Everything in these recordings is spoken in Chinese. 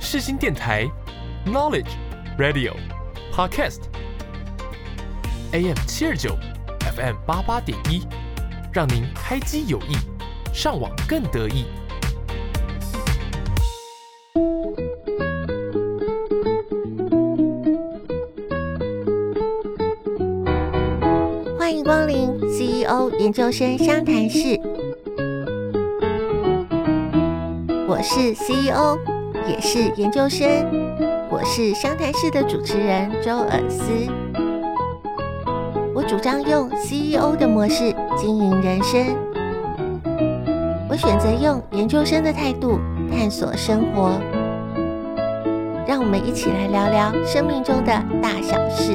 世新电台 Knowledge Radio Podcast AM 729 FM 88.1，让您开机有益，上网更得意。 欢迎光临 CEO 研究生相谈室，我是 CEO， 也是研究生，我是相谈室的主持人周尔斯。我主张用 CEO 的模式经营人生，我选择用研究生的态度探索生活。让我们一起来聊聊生命中的大小事。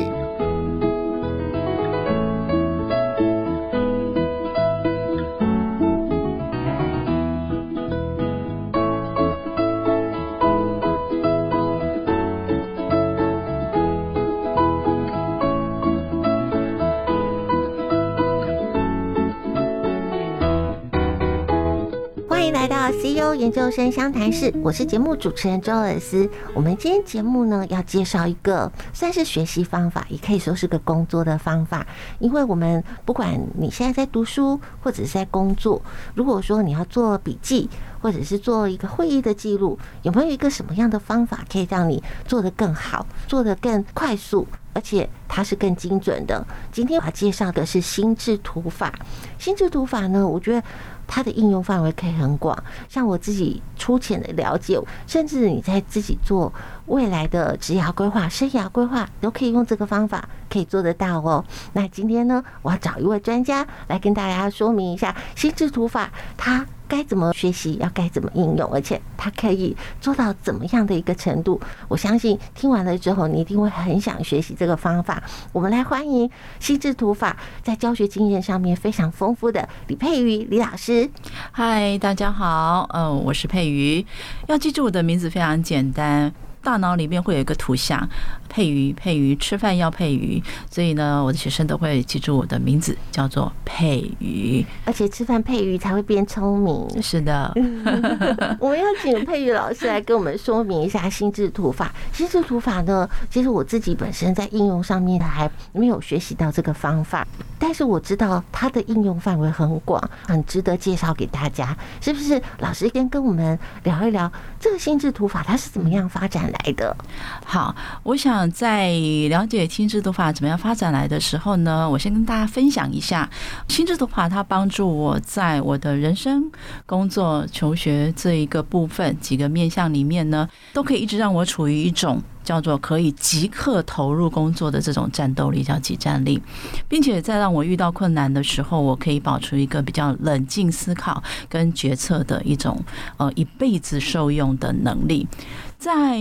欢迎来到 CEO 研究生相谈室，我是节目主持人周尔斯。我们今天节目呢，要介绍一个算是学习方法，也可以说是个工作的方法。因为我们不管你现在在读书或者是在工作，如果说你要做笔记或者是做一个会议的记录，有没有一个什么样的方法可以让你做得更好，做得更快速，而且它是更精准的？今天我要介绍的是心智图法。心智图法呢，我觉得它的应用范围可以很广，像我自己粗浅的了解，甚至你在自己做未来的职业规划、生涯规划，都可以用这个方法，可以做得到哦。那今天呢，我要找一位专家来跟大家说明一下心智图法它该怎么学习，要该怎么应用，而且它可以做到怎么样的一个程度。我相信听完了之后，你一定会很想学习这个方法。我们来欢迎心智图法在教学经验上面非常丰富的李佩瑜李老师。 嗨，大家好，我是佩瑜。要记住我的名字非常简单，大脑里面会有一个图像，佩瑜吃饭要佩瑜，所以呢，我的学生都会记住我的名字叫做佩瑜， 而且吃饭佩瑜才会变聪明。 是的。 我们要请佩瑜老师来跟我们说明一下心智图法。心智图法呢，其实我自己本身在应用上面还没有学习到这个方法，但是我知道它的应用范围很广，很值得介绍给大家。是不是老师跟我们聊一聊这个心智图法它是怎么样发展来的？ 好，我想在了解心智图法怎么样发展来的时候呢，我先跟大家分享一下心智图法它帮助我在我的人生、工作、求学这一个部分几个面向里面呢，都可以一直让我处于一种叫做可以即刻投入工作的这种战斗力，叫即战力，并且在让我遇到困难的时候，我可以保持一个比较冷静思考跟决策的一种一辈子受用的能力。在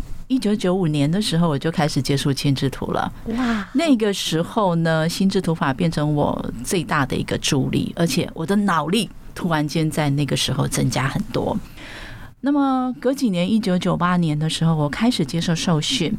1995年的时候，我就开始接触心智图了。哇！那个时候呢，心智图法变成我最大的一个助力，而且我的脑力突然间在那个时候增加很多。那么隔几年，1998年的时候，我开始接受受训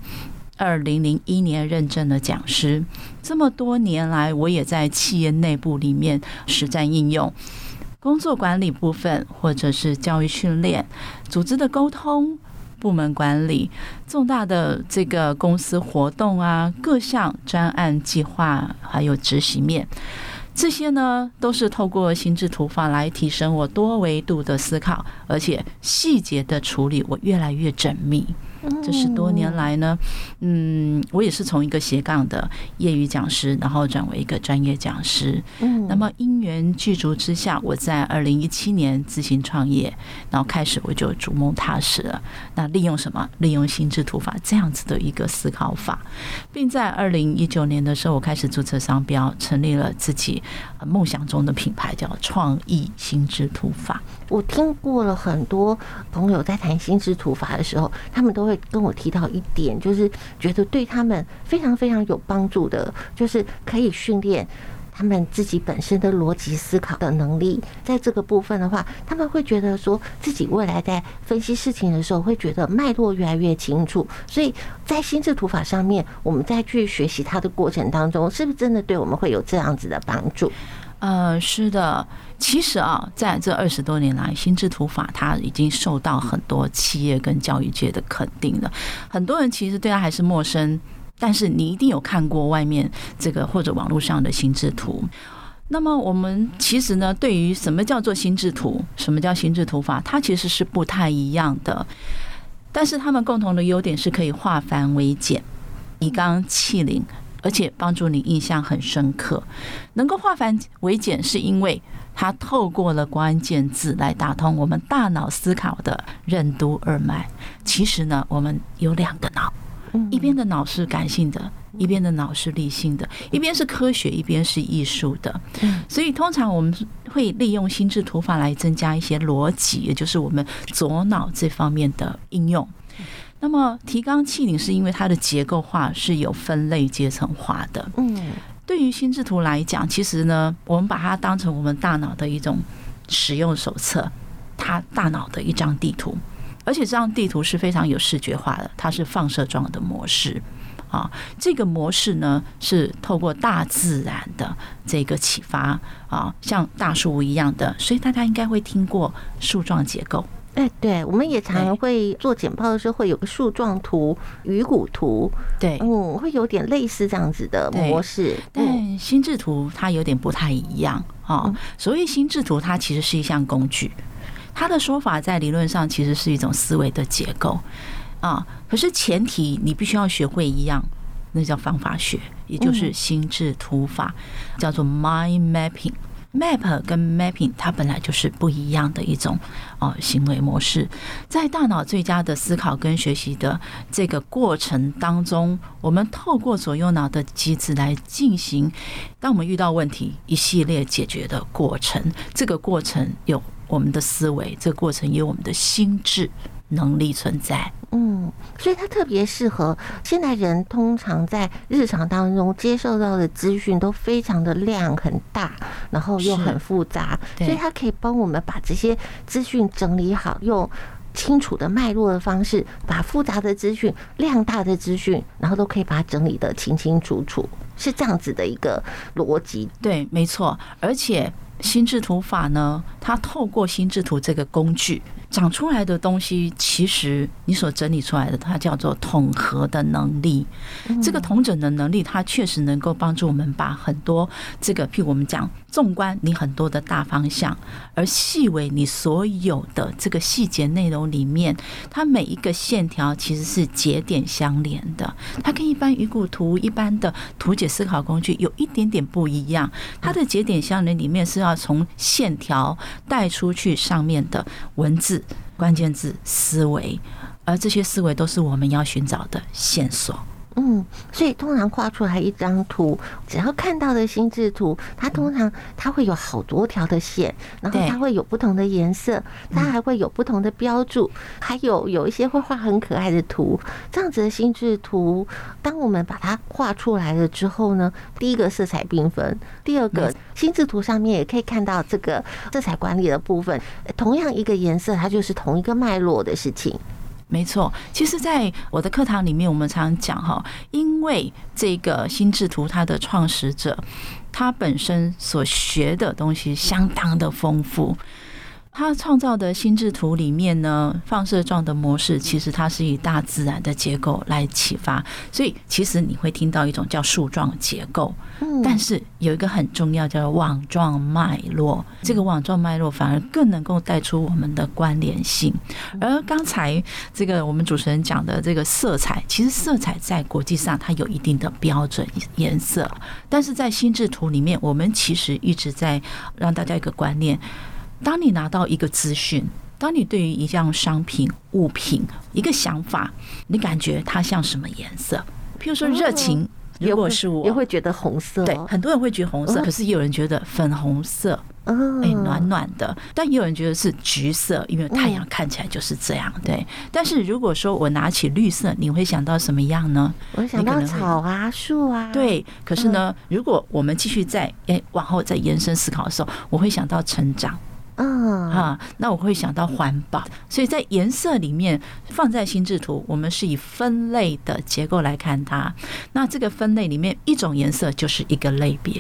，2001年认证了讲师。这么多年来，我也在企业内部里面实战应用。工作管理部分，或者是教育训练、组织的沟通、部门管理、重大的这个公司活动啊，各项专案计划，还有执行面，这些呢都是透过心智图法来提升我多维度的思考，而且细节的处理我越来越缜密。这10多年来呢，我也是从一个斜杠的业余讲师，然后转为一个专业讲师。那么因缘具足之下，我在2017年自行创业，然后开始我就逐梦踏实了。那利用什么？利用心智图法这样子的一个思考法，并在2019年的时候，我开始注册商标，成立了自己梦想中的品牌，叫创意心智图法。 我听过了很多朋友在谈心智图法的时候，他们都会跟我提到一点，就是觉得对他们非常非常有帮助的，就是可以训练他们自己本身的逻辑思考的能力。在这个部分的话，他们会觉得说自己未来在分析事情的时候，会觉得脉络越来越清楚。所以在心智图法上面，我们再去学习它的过程当中，是不是真的对我们会有这样子的帮助？ 是的，其实啊，在这20多年来，心智图法它已经受到很多企业跟教育界的肯定了。很多人其实对它还是陌生，但是你一定有看过外面这个或者网络上的心智图。那么我们其实呢，对于什么叫做心智图，什么叫心智图法，它其实是不太一样的。但是它们共同的优点是可以化繁为简，提纲挈领，而且帮助你印象很深刻。能够化繁为简，是因为它透过了关键字来打通我们大脑思考的任督二脉。其实呢，我们有2个脑，一边的脑是感性的，一边的脑是理性的，一边是科学，一边是艺术的。所以通常我们会利用心智图法来增加一些逻辑，也就是我们左脑这方面的应用。那么提纲挈领是因为它的结构化是有分类阶层化的。对于心智图来讲，其实呢，我们把它当成我们大脑的一种使用手册，它大脑的一张地图。而且这张地图是非常有视觉化的，它是放射状的模式啊。这个模式呢是透过大自然的这个启发啊，像大树一样的，所以大家应该会听过树状结构。 对，我们也常会做简报的时候会有个树状图、鱼骨图， 对， 会有点类似这样子的模式。 但心智图它有点不太一样啊。所谓心智图，它其实是一项工具。他的说法在理论上其实是一种思维的结构啊，可是前提你必须要学会一样，那叫方法学，也就是心智图法，叫做 mind mapping。map 跟 mapping 它本来就是不一样的一种行为模式。在大脑最佳的思考跟学习的这个过程当中，我们透过左右脑的机制来进行，当我们遇到问题一系列解决的过程。这个过程有我们的思维，这个过程也有我们的心智能力存在。 所以它特别适合现代人，通常在日常当中接受到的资讯都非常的量很大，然后又很复杂，所以它可以帮我们把这些资讯整理好，用清楚的脉络的方式，把复杂的资讯、量大的资讯，然后都可以把它整理得清清楚楚，是这样子的一个逻辑。 对，没错。而且心智图法呢，它透过心智图这个工具长出来的东西，其实你所整理出来的，它叫做统合的能力。这个统整的能力，它确实能够帮助我们把很多这个，譬如我们讲，纵观你很多的大方向，而细微你所有的这个细节内容里面，它每一个线条其实是节点相连的。它跟一般鱼骨图、一般的图解思考工具有一点点不一样。它的节点相连里面是要从线条带出去上面的文字、关键字、思维，而这些思维都是我们要寻找的线索。 所以通常画出来一张图，只要看到的心智图，它通常它会有好多条的线，然后它会有不同的颜色，它还会有不同的标注，还有一些会画很可爱的图。这样子的心智图，当我们把它画出来了之后呢，第一个色彩缤纷，第二个心智图上面也可以看到这个色彩管理的部分，同样一个颜色，它就是同一个脉络的事情。 没错，其实在我的课堂里面，我们常讲哈，因为这个心智图它的创始者，他本身所学的东西相当的丰富。他创造的心智图里面呢，放射状的模式，其实它是以大自然的结构来启发，所以其实你会听到一种叫树状结构，但是有一个很重要叫网状脉络，这个网状脉络反而更能够带出我们的关联性。而刚才这个我们主持人讲的这个色彩，其实色彩在国际上它有一定的标准颜色，但是在心智图里面，我们其实一直在让大家一个观念。当你拿到一个资讯，当你对于一样商品、物品一个想法，你感觉它像什么颜色？譬如说热情，如果是我也会觉得红色， 对，很多人会觉得红色，可是也有人觉得粉红色，暖暖的，但也有人觉得是橘色，因为太阳看起来就是这样，对。但是如果说我拿起绿色，你会想到什么样呢？ 我会想到草啊、树啊， 对。可是呢，如果我们继续再往后再延伸思考的时候，我会想到成长。那我会想到环保，所以在颜色里面放在心智图，我们是以分类的结构来看它。那这个分类里面，一种颜色就是一个类别。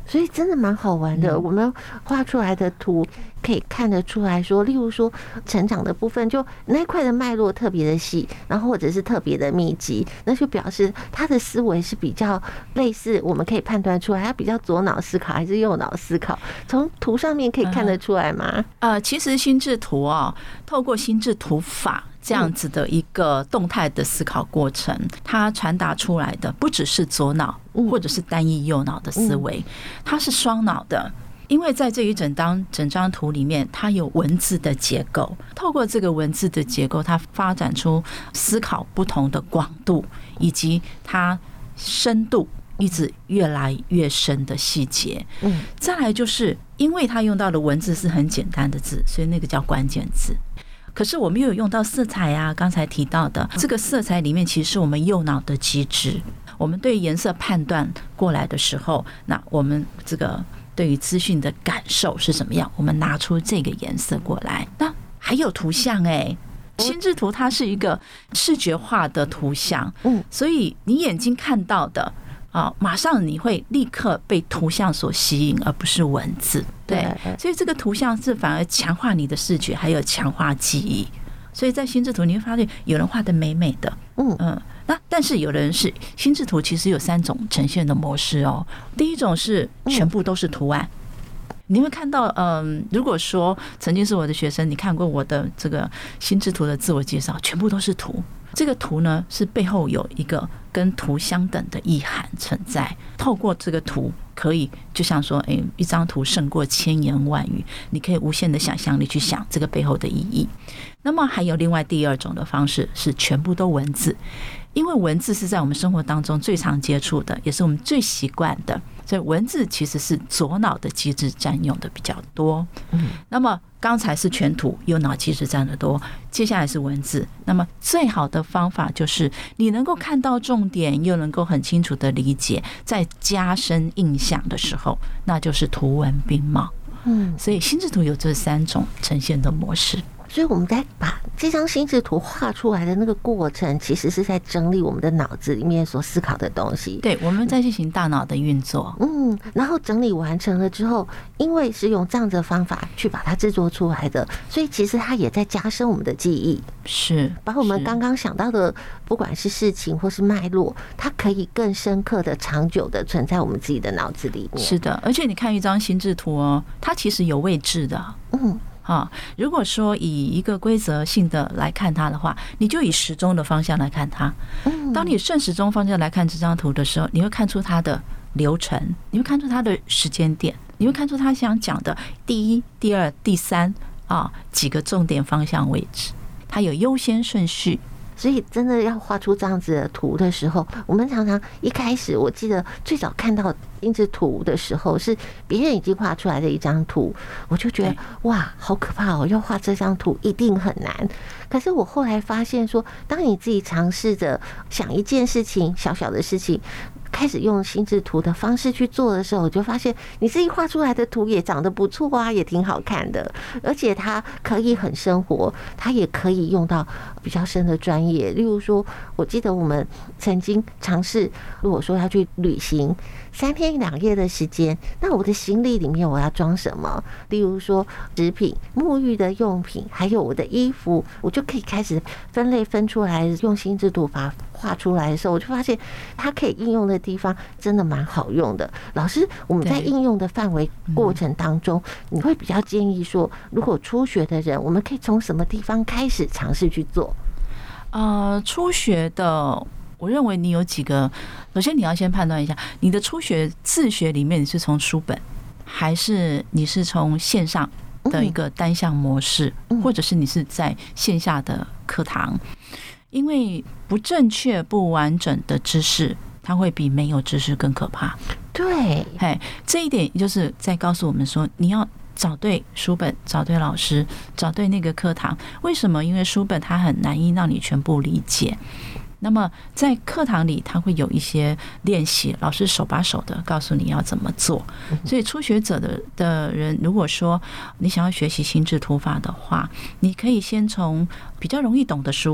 所以真的蛮好玩的。我们画出来的图可以看得出来说，例如说成长的部分，就那一块的脉络特别的细，然后或者是特别的密集，那就表示他的思维是比较类似，我们可以判断出来他比较左脑思考还是右脑思考。从图上面可以看得出来吗？ 其实心智图透过心智图法这样子的一个动态的思考过程，它传达出来的不只是左脑或者是单一右脑的思维，它是双脑的。因为在这一整张图里面，它有文字的结构，透过这个文字的结构，它发展出思考不同的广度，以及它深度一直越来越深的细节。再来就是因为它用到的文字是很简单的字，所以那个叫关键字。可是我们又有用到色彩啊，刚才提到的这个色彩里面，其实是我们右脑的机制。我们对颜色判断过来的时候，那我们这个对于资讯的感受是怎么样？我们拿出这个颜色过来。那还有图像心智图它是一个视觉化的图像，所以你眼睛看到的马上你会立刻被图像所吸引，而不是文字。对，所以这个图像是反而强化你的视觉，还有强化记忆。所以在心智图你会发现，有人画的美美的，那但是有的人是心智图其实有3种呈现的模式哦。第一种是全部都是图案。你会看到，如果说曾经是我的学生，你看过我的这个心智图的自我介绍，全部都是图。这个图呢，是背后有一个跟图相等的意涵存在。透过这个图，可以就像说，一张图胜过千言万语，你可以无限的想象力去想这个背后的意义。那么还有另外第2种的方式，是全部都文字。因为文字是在我们生活当中最常接触的，也是我们最习惯的，所以文字其实是左脑的机制占用的比较多。那么刚才是全图，右脑机制占得多，接下来是文字。那么最好的方法就是你能够看到重点，又能够很清楚的理解，在加深印象的时候，那就是图文并茂。所以心智图有这3种呈现的模式。 所以我们在把这张心智图画出来的那个过程，其实是在整理我们的脑子里面所思考的东西。 对，我们在进行大脑的运作。 然后整理完成了之后，因为是用这样的方法去把它制作出来的，所以其实它也在加深我们的记忆， 是把我们刚刚想到的，不管是事情或是脉络，它可以更深刻的、长久的存在我们自己的脑子里面。 是的，而且你看一张心智图它其实有位置的。如果说以一个规则性的来看它的话，你就以时钟的方向来看它。当你顺时钟方向来看这张图的时候，你会看出它的流程，你会看出它的时间点，你会看出他想讲的第1、第2、第3几个重点方向位置，它有优先顺序。 所以真的要画出这样子的图的时候，我们常常一开始，我记得最早看到心智图的时候，是别人已经画出来的一张图，我就觉得哇，好可怕哦！要画这张图一定很难。可是我后来发现说，当你自己尝试着想一件事情，小小的事情，开始用心智图的方式去做的时候，我就发现你自己画出来的图也长得不错啊，也挺好看的，而且它可以很生活，它也可以用到比较深的专业。例如说，我记得我们曾经尝试，如果说要去旅行3天2夜的时间，那我的行李里面我要装什么？例如说食品、沐浴的用品，还有我的衣服，我就可以开始分类分出来，用心智图把它画出来的时候，我就发现它可以应用的地方真的蛮好用的。老师，我们在应用的范围过程当中，你会比较建议说，如果初学的人，我们可以从什么地方开始尝试去做？ 初学的，我认为你有几个，首先你要先判断一下，你的初学自学里面，你是从书本，还是你是从线上的一个单项模式，或者是你是在线下的课堂？因为不正确、不完整的知识，它会比没有知识更可怕。 对， 这一点就是在告诉我们说，你要找对书本，找对老师，找对那个课堂。为什么？因为书本它很难以让你全部理解。那么在课堂里，它会有一些练习，老师手把手的告诉你要怎么做。所以初学者的人，如果说你想要学习心智图法的话，你可以先从比较容易懂的书，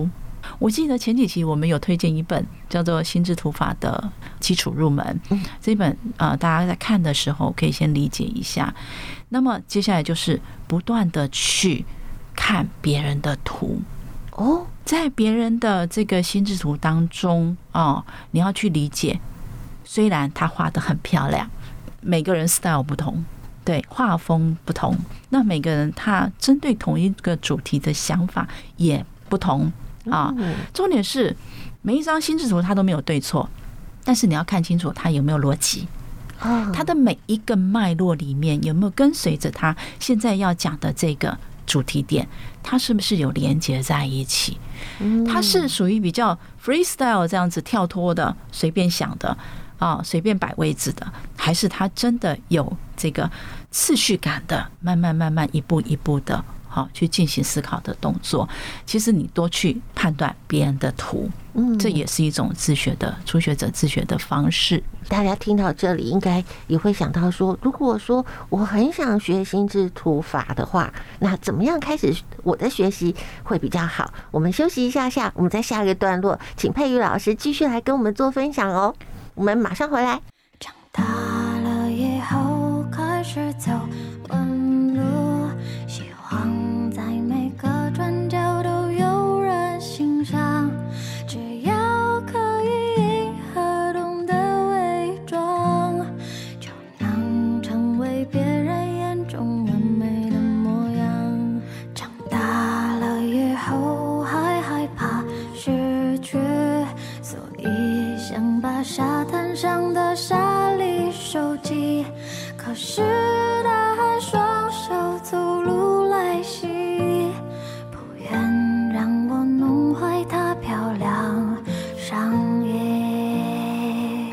我记得前几期我们有推荐一本叫做《心智图法的基础入门》，这本大家在看的时候可以先理解一下。那么接下来就是不断的去看别人的图哦，在别人的这个心智图当中你要去理解，虽然他画得很漂亮，每个人 style 不同。对，画风不同，那每个人他针对同一个主题的想法也不同啊。重点是每一张心智图它都没有对错，但是你要看清楚它有没有逻辑，它的每一个脉络里面有没有跟随着它现在要讲的这个主题点，它是不是有连接在一起？它是属于比较 freestyle 这样子跳脱的、随便想的随便摆位置的，还是它真的有这个次序感的，慢慢一步一步的去进行思考的动作？其实你多去判断别人的图，这也是一种初学者自学的方式。 大家听到这里应该也会想到说，如果说我很想学心智图法的话，那怎么样开始我的学习会比较好？我们休息一下下，我们在下一个段落请佩瑜老师继续来跟我们做分享哦。我们马上回来。 长大了以后开始走弯路，希望在每个转角都有人欣赏，只要可以迎合懂得伪装，就能成为别人眼中完美的模样。长大了以后还害怕失去，所以想把沙滩上的沙粒收集，可是大海双手走路来袭，不愿让我弄坏它漂亮上衣，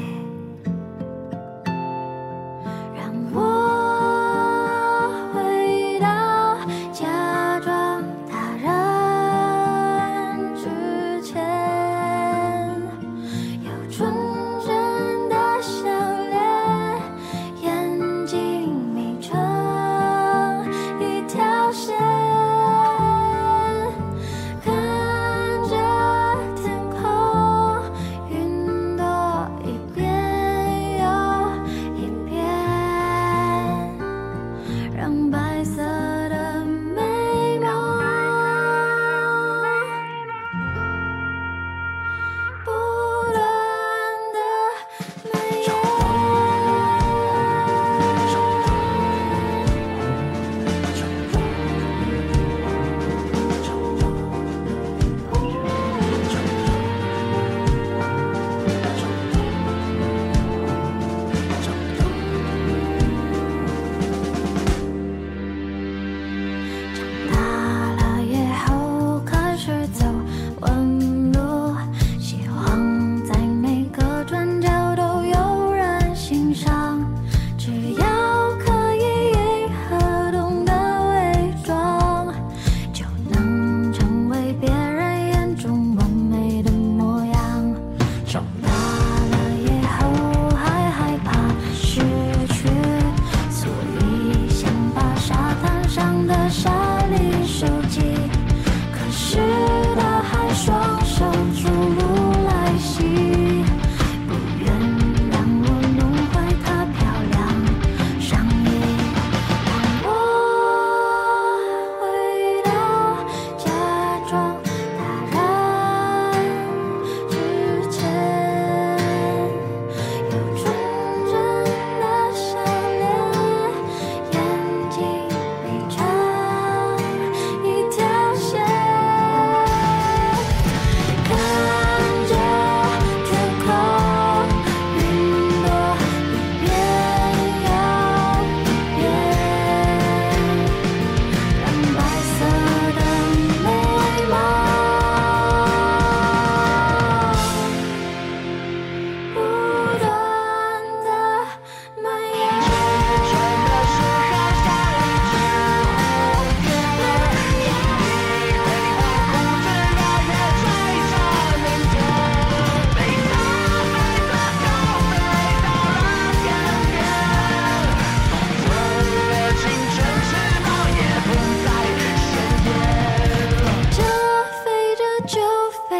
让我回到假装他人之前，有纯真的笑脸，眼睛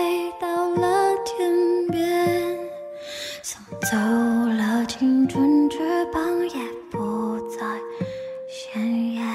飞到了天边，送走了青春，翅膀也不再鲜艳。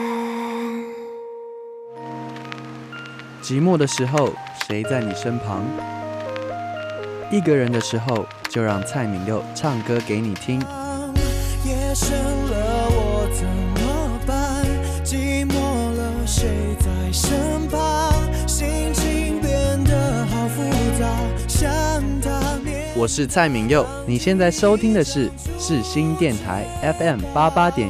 寂寞的时候，谁在你身旁？一个人的时候，就让蔡旻佑唱歌给你听。 夜深了我怎么办？寂寞了谁在身旁？心情变得好复杂，想他面。 我是蔡旻佑，你现在收听的是世新电台 FM 88.1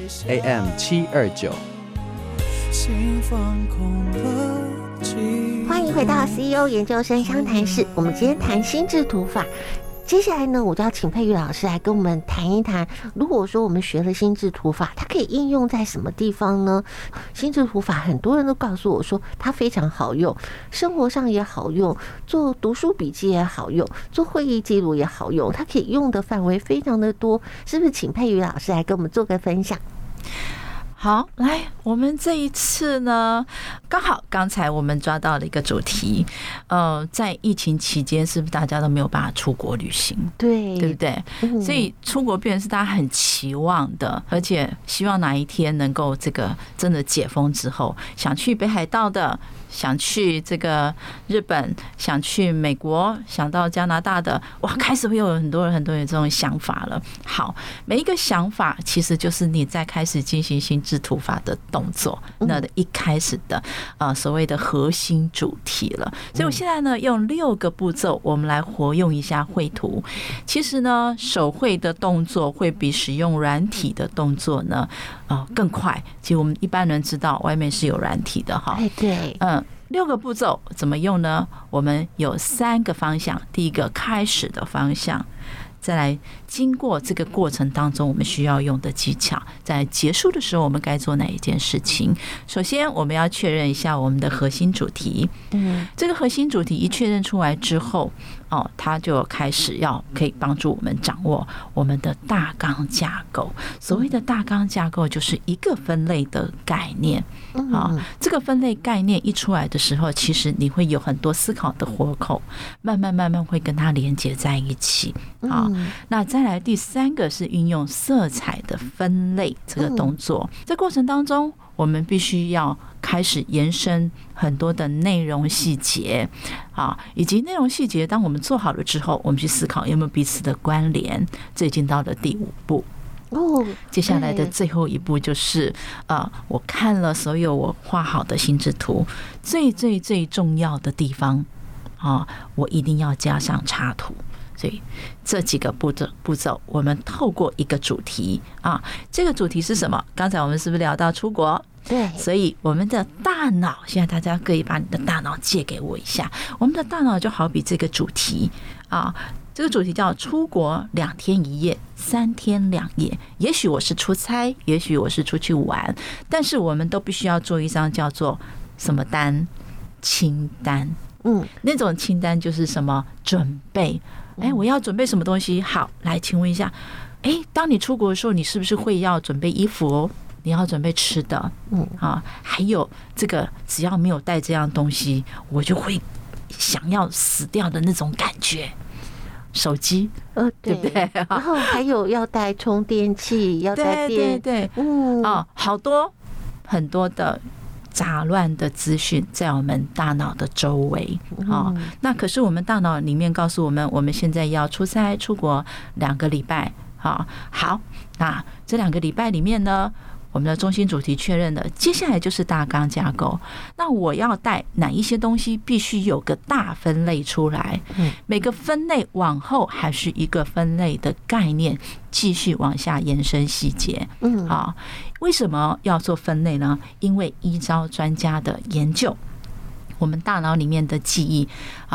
AM 729。 心放空了。 欢迎回到 CEO 研究生相谈室，我们今天谈心智图法。接下来呢，我就要请佩瑜老师来跟我们谈一谈，如果说我们学了心智图法，它可以应用在什么地方呢？心智图法很多人都告诉我说它非常好用，生活上也好用，做读书笔记也好用，做会议记录也好用，它可以用的范围非常的多，是不是？请佩瑜老师来跟我们做个分享。 好，来，我们这一次呢，刚好刚才我们抓到了一个主题，在疫情期间，是不是大家都没有办法出国旅行？ 对， 对不对？所以出国变成是大家很期望的，而且希望哪一天能够这个真的解封之后，想去北海道的，想去这个日本，想去美国，想到加拿大的，哇，开始会有很多人这种想法了。好，每一个想法其实就是你在开始进行心智图法的动作，那一开始的所谓的核心主题了。所以我现在呢，用6个步骤，我们来活用一下绘图。其实呢，手绘的动作会比使用软体的动作呢，更快。其实我们一般人知道，外面是有软体的哈。 对 ，6个步骤怎么用呢？我们有3个方向。第一个，开始的方向；再来，经过这个过程当中我们需要用的技巧；在结束的时候我们该做哪一件事情。首先我们要确认一下我们的核心主题。这个核心主题一确认出来之后，它就开始可以帮助我们掌握我们的大纲架构。所谓的大纲架构就是一个分类的概念。这个分类概念一出来的时候，其实你会有很多思考的活口，慢慢会跟它连接在一起。好，那再来第3个是运用色彩的分类这个动作。在过程当中，我们必须要开始延伸很多的内容细节以及内容细节当我们做好了之后，我们去思考有没有彼此的关联。这已经到了第5步。接下来的最后一步就是我看了所有我画好的心智图，最重要的地方我一定要加上插图。所以这几个步骤我们透过一个主题这个主题是什么？刚才我们是不是聊到出国？ 对， 所以我们的大脑，现在大家可以把你的大脑借给我一下。我们的大脑就好比这个主题这个主题叫出国2天1夜3天2夜。也许我是出差，也许我是出去玩，但是我们都必须要做一张叫做什么单？清单。那种清单就是什么？准备。我要准备什么东西？好，来，请问一下，当你出国的时候，你是不是会要准备衣服？你要准备吃的，还有这个，只要没有带这样东西，我就会想要死掉的那种感觉。手机，对不对？ 然后还有要带充电器，要带电， 对，好多很多的杂乱的资讯在我们大脑的周围那可是我们大脑里面告诉我们，我们现在要出差出国2个礼拜好，那这2个礼拜里面呢，我们的中心主题确认了，接下来就是大纲架构。那我要带哪一些东西，必须有个大分类出来。每个分类往后还是一个分类的概念，继续往下延伸细节。为什么要做分类呢？因为依照专家的研究，我们大脑里面的记忆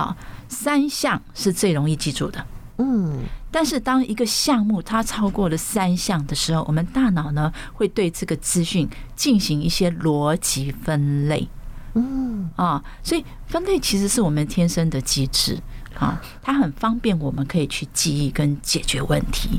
3项是最容易记住的。但是当一个项目它超过了3项的时候，我们大脑呢会对这个资讯进行一些逻辑分类。所以分类其实是我们天生的机制它很方便我们可以去记忆跟解决问题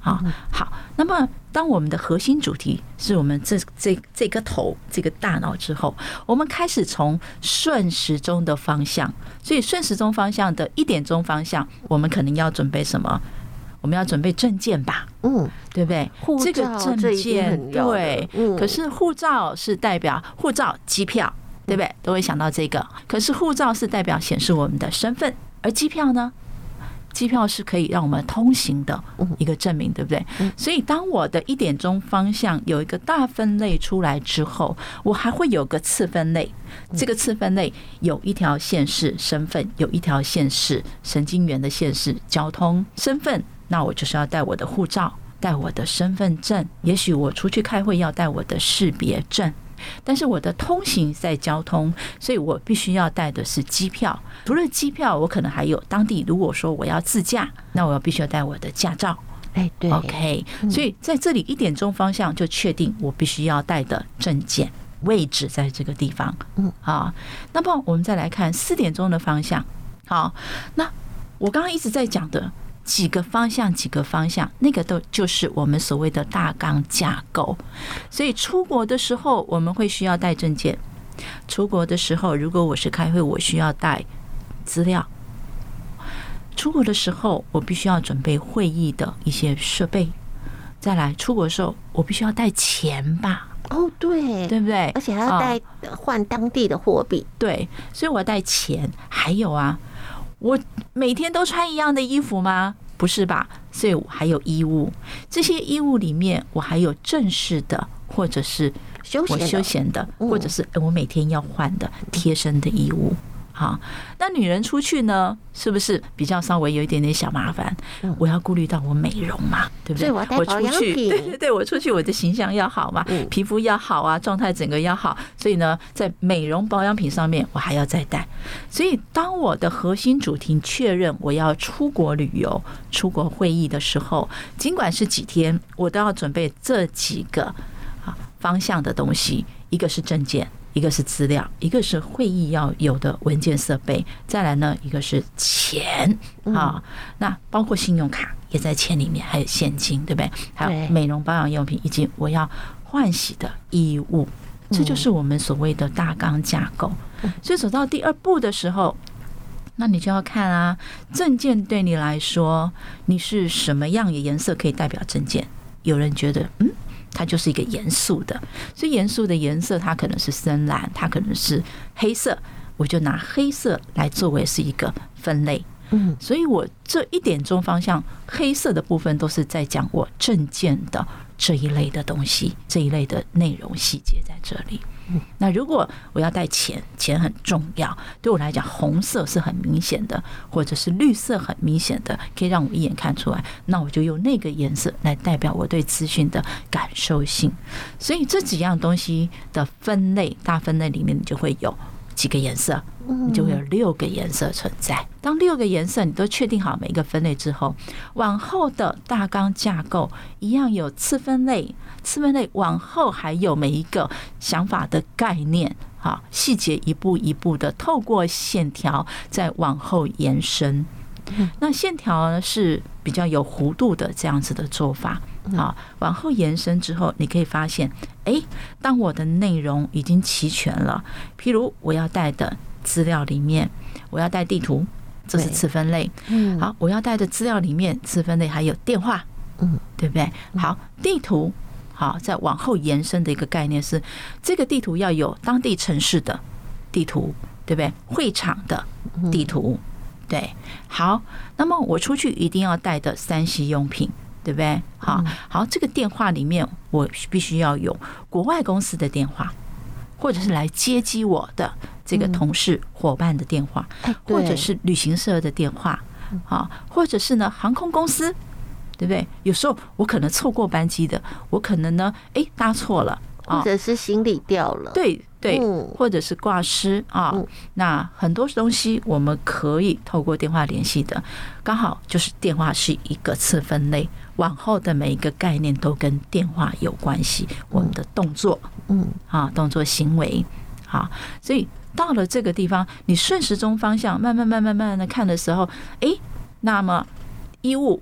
好，那么当我们的核心主题是我们这个头这个大脑之后，我们开始从顺时钟的方向，所以顺时钟方向的1点钟方向，我们可能要准备什么？我们要准备证件吧，对不对？这个证件对，可是护照是代表护照、机票，对不对？都会想到这个。可是护照是代表显示我们的身份，而机票呢？机票是可以让我们通行的一个证明，对不对？所以当我的1点钟方向有一个大分类出来之后，我还会有个次分类。这个次分类有一条线是身份，有一条线是神经元的线是交通。身份，那我就是要带我的护照，带我的身份证，也许我出去开会要带我的识别证。但是我的通行在交通，所以我必须要带的是机票。除了机票，我可能还有当地，如果说我要自驾，那我必须要带我的驾照。 对 ，OK， 所以在这里1点钟方向就确定我必须要带的证件位置在这个地方。那么我们再来看4点钟的方向。好，那我刚刚一直在讲的几个方向，那个都就是我们所谓的大纲架构。所以出国的时候我们会需要带证件，出国的时候如果我是开会，我需要带资料，出国的时候我必须要准备会议的一些设备，再来出国的时候我必须要带钱吧。 对， 对不对？ 而且还要带换当地的货币。 对，所以我要带钱。还有啊，我每天都穿一样的衣服吗？不是吧？所以我还有衣物，这些衣物里面我还有正式的，或者是我休闲的，或者是我每天要换的贴身的衣物。好，那女人出去呢，是不是比较稍微有一点点小麻烦？我要顾虑到我美容嘛，对不对？ 所以我要带保养品。 对，我出去我的形象要好嘛，皮肤要好啊，状态整个要好。所以呢，在美容保养品上面，我还要再带。所以，当我的核心主题确认我要出国旅游、出国会议的时候，尽管是几天，我都要准备这几个方向的东西，一个是证件，一个是资料，一个是会议要有的文件设备，再来呢，一个是钱啊，那包括信用卡也在钱里面，还有现金，对不对？还有美容保养用品，以及我要换洗的衣物，这就是我们所谓的大纲架构。所以走到第2步的时候，那你就要看啊，证件对你来说，你是什么样的颜色可以代表证件？有人觉得它就是一个严肃的，所以严肃的颜色它可能是深蓝，它可能是黑色，我就拿黑色来作为是一个分类。所以我这1点钟方向黑色的部分都是在讲我证件的这一类的东西，这一类的内容细节在这里。那如果我要带钱，钱很重要，对我来讲红色是很明显的，或者是绿色很明显的，可以让我一眼看出来，那我就用那个颜色来代表我对资讯的感受性。所以这几样东西的分类，大分类里面你就会有几个颜色，你就会有6个颜色存在。当6个颜色你都确定好每一个分类之后，往后的大纲架构一样有次分类，次分类往后还有每一个想法的概念，细节一步一步的透过线条再往后延伸。那线条呢是比较有弧度的这样子的做法。往后延伸之后，你可以发现，当我的内容已经齐全了，譬如我要带的资料里面，我要带地图，这是次分类。好，我要带的资料里面次分类还有电话，对不对？好，地图，好，再往后延伸的一个概念是，这个地图要有当地城市的地图，对不对？会场的地图，对。好，那么我出去一定要带的3C用品，对不对？好，这个电话里面我必须要有国外公司的电话，或者是来接机我的这个同事伙伴的电话，或者是旅行社的电话，或者是呢航空公司，对不对？有时候我可能错过班机的，我可能呢搭错了， 或者是行李掉了， 对，或者是挂失那很多东西我们可以透过电话联系的，刚好就是电话是一个次分类，往后的每一个概念都跟电话有关系，我们的动作，动作行为，所以到了这个地方，你顺时钟方向慢慢的看的时候，那么衣物、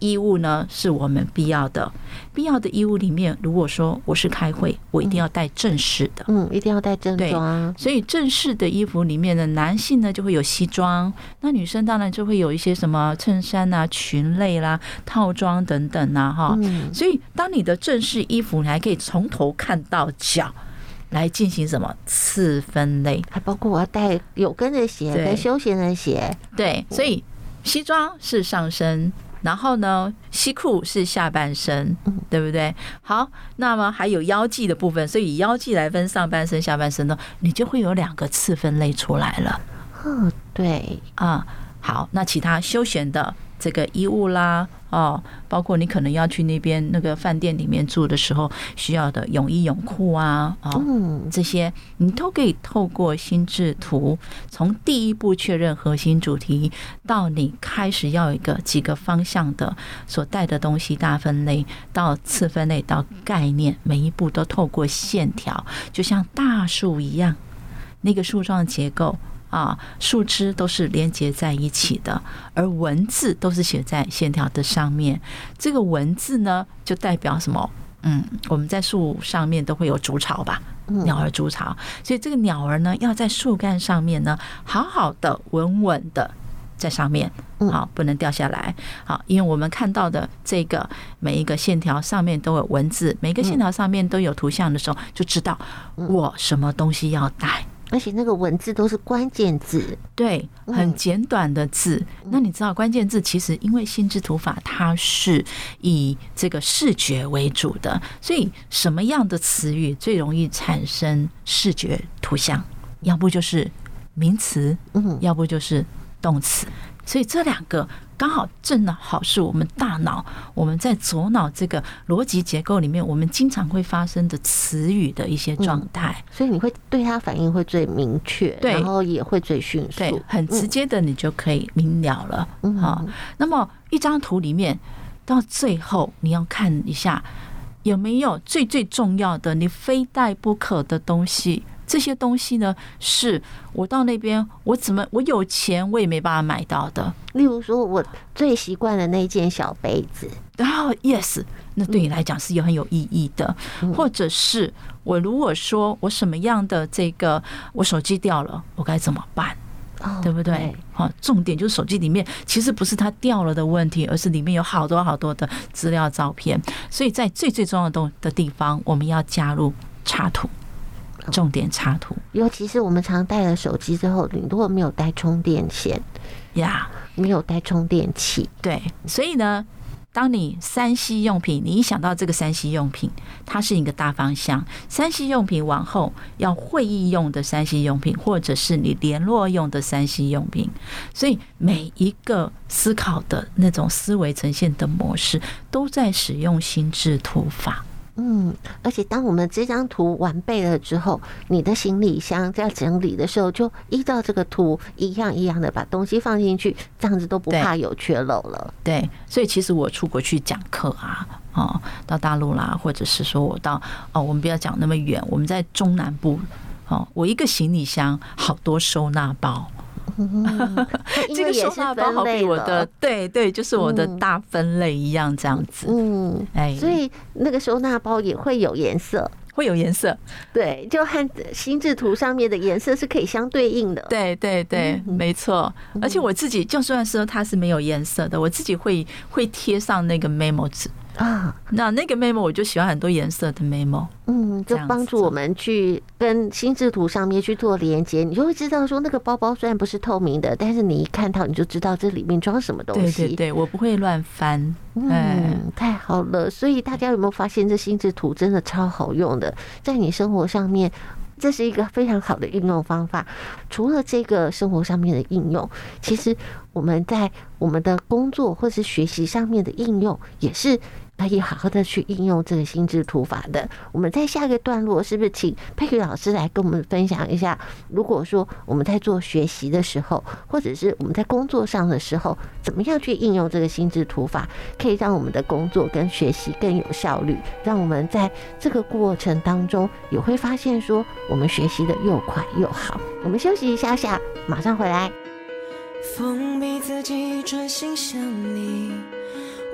衣物呢是我们必要的衣物里面，如果说我是开会，我一定要带正式的， 一定要带正装。 所以正式的衣服里面的男性呢就会有西装，那女生当然就会有一些什么衬衫啊、裙类啦、套装等等啊哈。所以当你的正式衣服，你还可以从头看到脚。来进行什么次分类， 还包括我要带有跟的鞋跟休闲的鞋。 对，所以西装是上身，然后呢西裤是下半身，对不对？好，那么还有腰际的部分，所以以腰际来分上半身下半身呢，你就会有2个次分类出来了。 对啊，好，那其他休闲的这个衣物啦，包括你可能要去那边那个饭店里面住的时候需要的泳衣泳裤啊，这些你都可以透过心智图，从第一步确认核心主题，到你开始要有几个方向的所带的东西大分类，到次分类，到概念，每一步都透过线条，就像大树一样，那个树状结构。树枝都是连接在一起的，而文字都是写在线条的上面。这个文字呢，就代表什么？我们在树上面都会有筑巢吧，鸟儿筑巢，所以这个鸟儿呢，要在树干上面呢，好好的、稳稳的在上面，好，不能掉下来。好，因为我们看到的这个每一个线条上面都有文字，每个线条上面都有图像的时候，就知道我什么东西要带。 而且那个文字都是关键字， 对，很简短的字。那你知道关键字其实因为心智图法它是以这个视觉为主的，所以什么样的词语最容易产生视觉图像？要不就是名词，要不就是动词。所以这2个刚好正好是我们大脑，我们在左脑这个逻辑结构里面，我们经常会发生的词语的一些状态， 所以你会对它反应会最明确，对，然后也会最迅速， 对，很直接的，你就可以明了了。那么一张图里面到最后，你要看一下有没有最重要的，你非带不可的东西。这些东西呢，是我到那边，我有钱我也没办法买到的。 例如说，我最习惯的那件小杯子， 然后 yes， 那对你来讲是很有意义的。或者是我如果说我什么样的我手机掉了，我该怎么办？对不对？重点就是手机里面其实不是它掉了的问题，而是里面有好多好多的资料照片。所以在最重要的地方，我们要加入插图。重点插图， 尤其是我们常带了手机之后，你如果没有带充电线没有带充电器， 对，所以呢，当你3C 用品，你一想到这个3C 用品，它是一个大方向。3C 用品往后要会议用的3C 用品，或者是你联络用的3C 用品，所以每一个思考的那种思维呈现的模式，都在使用心智图法。 而且当我们这张图完备了之后，你的行李箱在整理的时候，就依照这个图一样的把东西放进去，这样子都不怕有缺漏了。 对，所以其实我出国去讲课到大陆啦，或者是说我到我们不要讲那么远，我们在中南部我一个行李箱好多收纳包。这个收纳包好比我的对，就是我的大分类一样这样子。 所以那个收纳包也会有颜色。 会有颜色， 对，就和心智图上面的颜色是可以相对应的。 对，没错。而且我自己就算说它是没有颜色的，我自己会贴上那个 memo 纸。那个 memo 我就喜欢很多颜色的 memo， 就帮助我们去跟心智图上面去做连接，你就会知道说那个包包虽然不是透明的，但是你一看到你就知道这里面装什么东西。 对，我不会乱翻。 太好了。所以大家有没有发现这心智图真的超好用的，在你生活上面这是一个非常好的应用方法。除了这个生活上面的应用，其实我们在我们的工作或是学习上面的应用也是可以好好的去应用这个心智图法的。我们在下个段落是不是请佩瑜老师来跟我们分享一下，如果说我们在做学习的时候，或者是我们在工作上的时候，怎么样去应用这个心智图法，可以让我们的工作跟学习更有效率，让我们在这个过程当中也会发现说我们学习的又快又好。我们休息一下下，马上回来。 封闭自己，专心想你，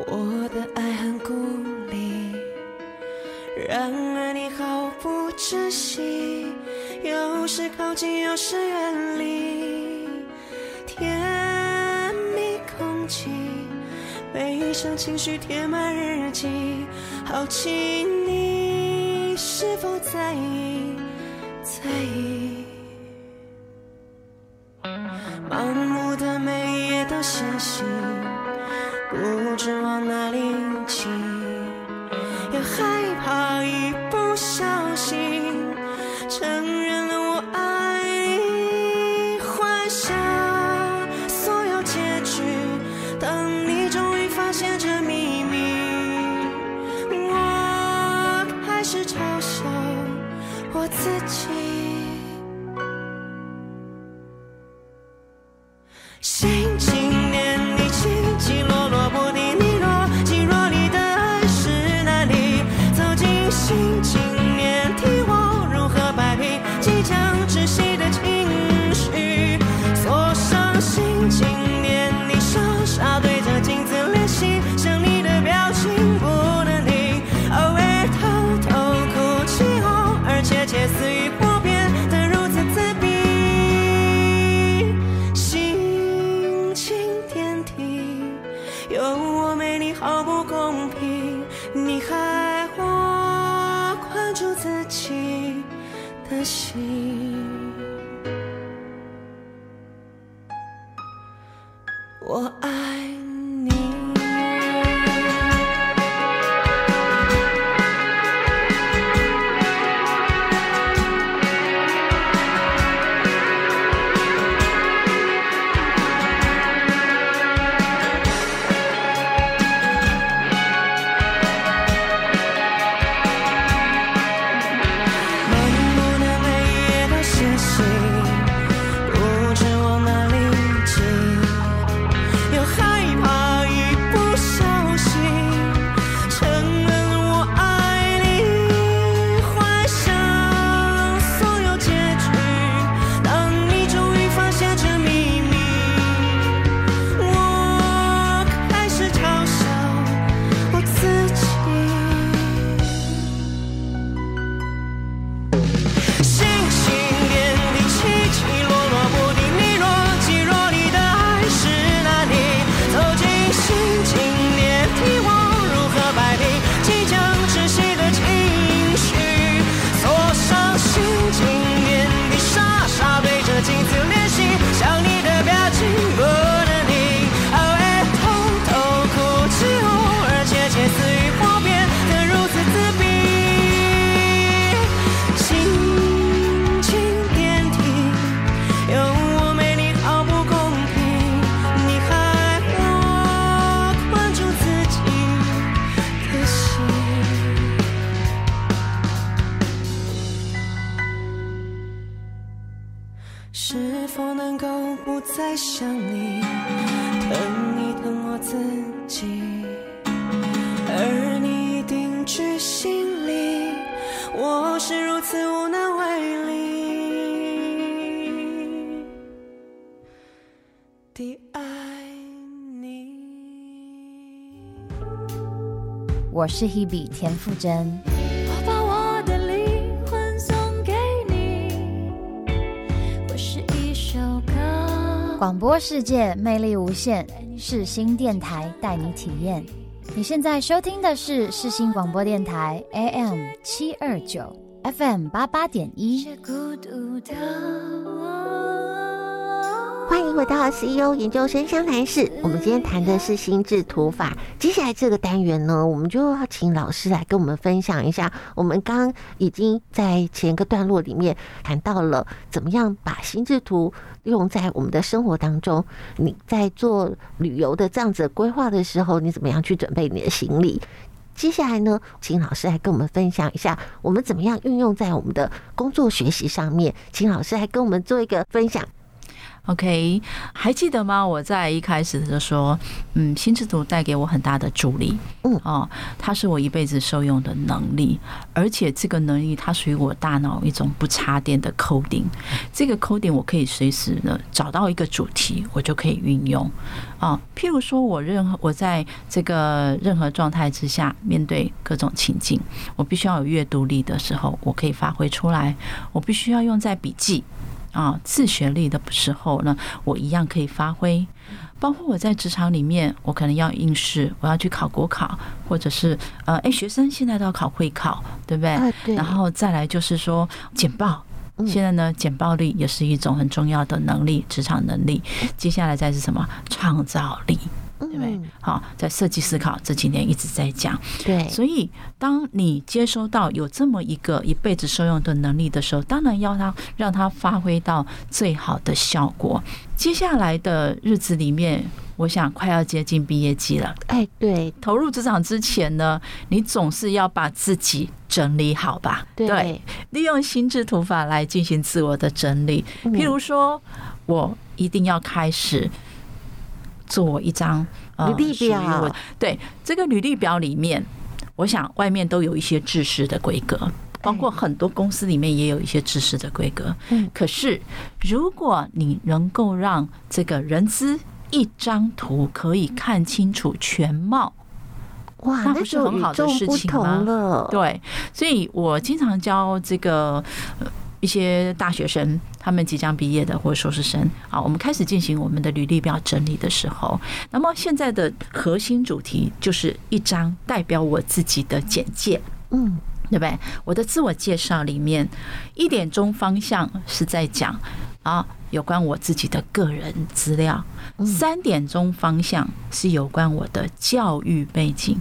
我的爱很孤立，然而你毫不窒息，有时靠近，有时远离，甜蜜空气，悲伤情绪填满日记，好奇你是否在意，在意。盲目的每一页都写信，不知往哪里寄，又害怕一不小心承认了我爱你，幻想所有结局，当你终于发现这秘密，我开始嘲笑我自己。心情念你起起落落，不定你若即若离的爱是哪里？走进心情念题，我如何摆平即将窒息的情绪？锁上心情念你，傻傻对着镜子练习，想你的表情不能停，偶尔偷偷哭泣，偶尔窃窃私语，或变得如此自闭。有我没你好不公平，你害我关注自己的心，我爱你。是否能够不再想你，疼一疼我自己，而你定居心里，我是如此无能为力的爱你。 我是 Hebe 田馥甄。 我把我的灵魂送给你，我是一首歌。 广播世界魅力无限，世新电台带你体验。你现在收听的是世新广播电台 AM 729 FM 88.1。 是孤独的我。 欢迎回到 CEO 研究生相谈室，我们今天谈的是心智图法。接下来这个单元呢，我们就要请老师来跟我们分享一下，我们刚刚已经在前个段落里面谈到了怎么样把心智图用在我们的生活当中。你在做旅游的这样子的规划的时候，你怎么样去准备你的行李？接下来呢，请老师来跟我们分享一下，我们怎么样运用在我们的工作学习上面。请老师来跟我们做一个分享。 OK， 还记得吗？我在一开始就说，心智图带给我很大的助力。它是我一辈子受用的能力，而且这个能力它属于我大脑一种不插电的 coding。这个 coding 我可以随时呢找到一个主题，我就可以运用。譬如说我在这个任何状态之下，面对各种情境，我必须要有阅读力的时候，我可以发挥出来。我必须要用在笔记自学力的时候呢，我一样可以发挥。包括我在职场里面，我可能要应试，我要去考国考，或者是学生现在都要考会考，对不对？ 对。 然后再来就是说简报，现在呢简报力也是一种很重要的能力，职场能力。接下来再是什么？创造力。对不对？好，在设计思考这几年一直在讲， 对， 所以当你接收到有这么一个一辈子受用的能力的时候，当然要让它发挥到最好的效果。接下来的日子里面，我想快要接近毕业季了。 对， 投入职场之前呢，你总是要把自己整理好吧？ 对， 利用心智图法来进行自我的整理。譬如说，我一定要开始做我一张履历表。 对，这个履历表里面，我想外面都有一些制式的规格，包括很多公司里面也有一些制式的规格。可是如果你能够让这个人资一张图可以看清楚全貌， 哇， 那不是很好的事情吗？对，所以我经常教这个一些大学生，他们即将毕业的或者硕士生，我们开始进行我们的履历表整理的时候，那么现在的核心主题就是一张代表我自己的简介，对不对？我的自我介绍里面1点钟方向是在讲有关我自己的个人资料，3点钟方向是有关我的教育背景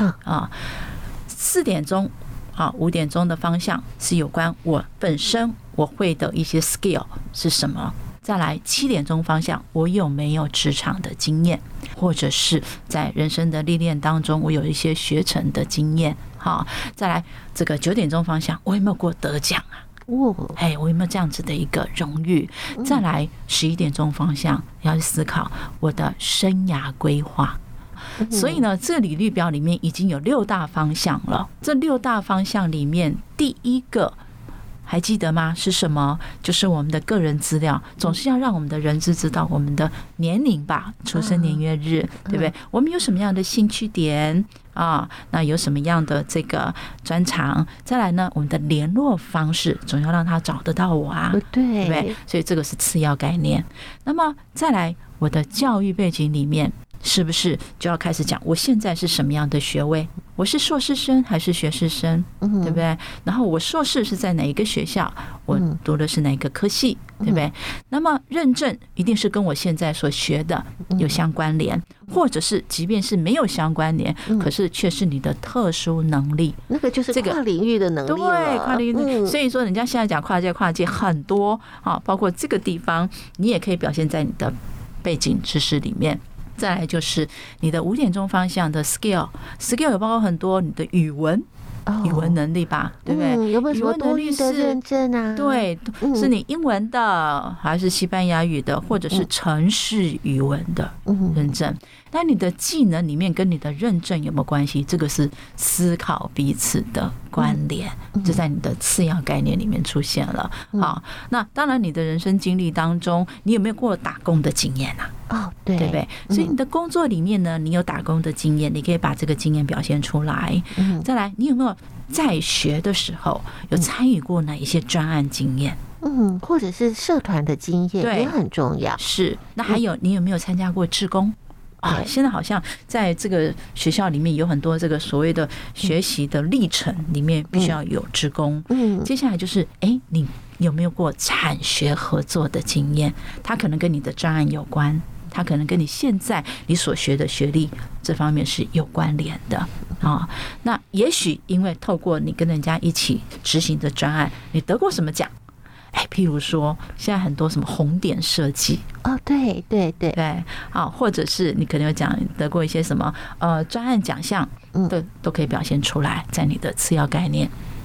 ，4点钟5点钟的方向是有关我本身我会的一些 skill 是什么。再来7点钟方向，我有没有职场的经验，或者是在人生的历练当中，我有一些学成的经验。再来这个9点钟方向，我有没有过得奖啊？我有没有这样子的一个荣誉？再来11点钟方向，要去思考我的生涯规划。所以呢，这履历表里面已经有6大方向了。这6大方向里面，第一个还记得吗？是什么？就是我们的个人资料，总是要让我们的人资知道我们的年龄吧，出生年月日，对不对？我们有什么样的兴趣点那有什么样的这个专长？再来呢，我们的联络方式总要让他找得到我对不对？所以这个是次要概念。那么再来，我的教育背景里面，是不是就要开始讲我现在是什么样的学位？我是硕士生还是学士生，对不对？然后我硕士是在哪一个学校，我读的是哪个科系，对不对？那么认证一定是跟我现在所学的有相关联，或者是即便是没有相关联，可是却是你的特殊能力， 那个就是跨领域的能力了。 对，跨领域。所以说人家现在讲跨界很多包括这个地方你也可以表现在你的背景知识里面。再来就是你的5点钟方向的 skill 有包括很多你的语文能力吧，对不对？ 有没有什么多语的认证啊？ 对，是你英文的，还是西班牙语的，或者是程式语文的认证？那你的技能里面跟你的认证有没有关系？这个是思考彼此的关联，就在你的次要概念里面出现了。好，那当然你的人生经历当中，你有没有过打工的经验啊？对不对？所以你的工作里面呢，你有打工的经验，你可以把这个经验表现出来。再来，你有没有在学的时候有参与过哪一些专案经验？ 或者是社团的经验也很重要。 是，那还有你有没有参加过志工？现在好像在这个学校里面有很多这个所谓的学习的历程里面必须要有志工。接下来就是你有没有过产学合作的经验？它可能跟你的专案有关，它可能跟你现在你所学的学历这方面是有关联的那也许因为透过你跟人家一起执行的专案，你得过什么奖？譬如说现在很多什么红点设计对， 或者是你可能有讲得过一些什么专案奖项，都可以表现出来在你的次要概念。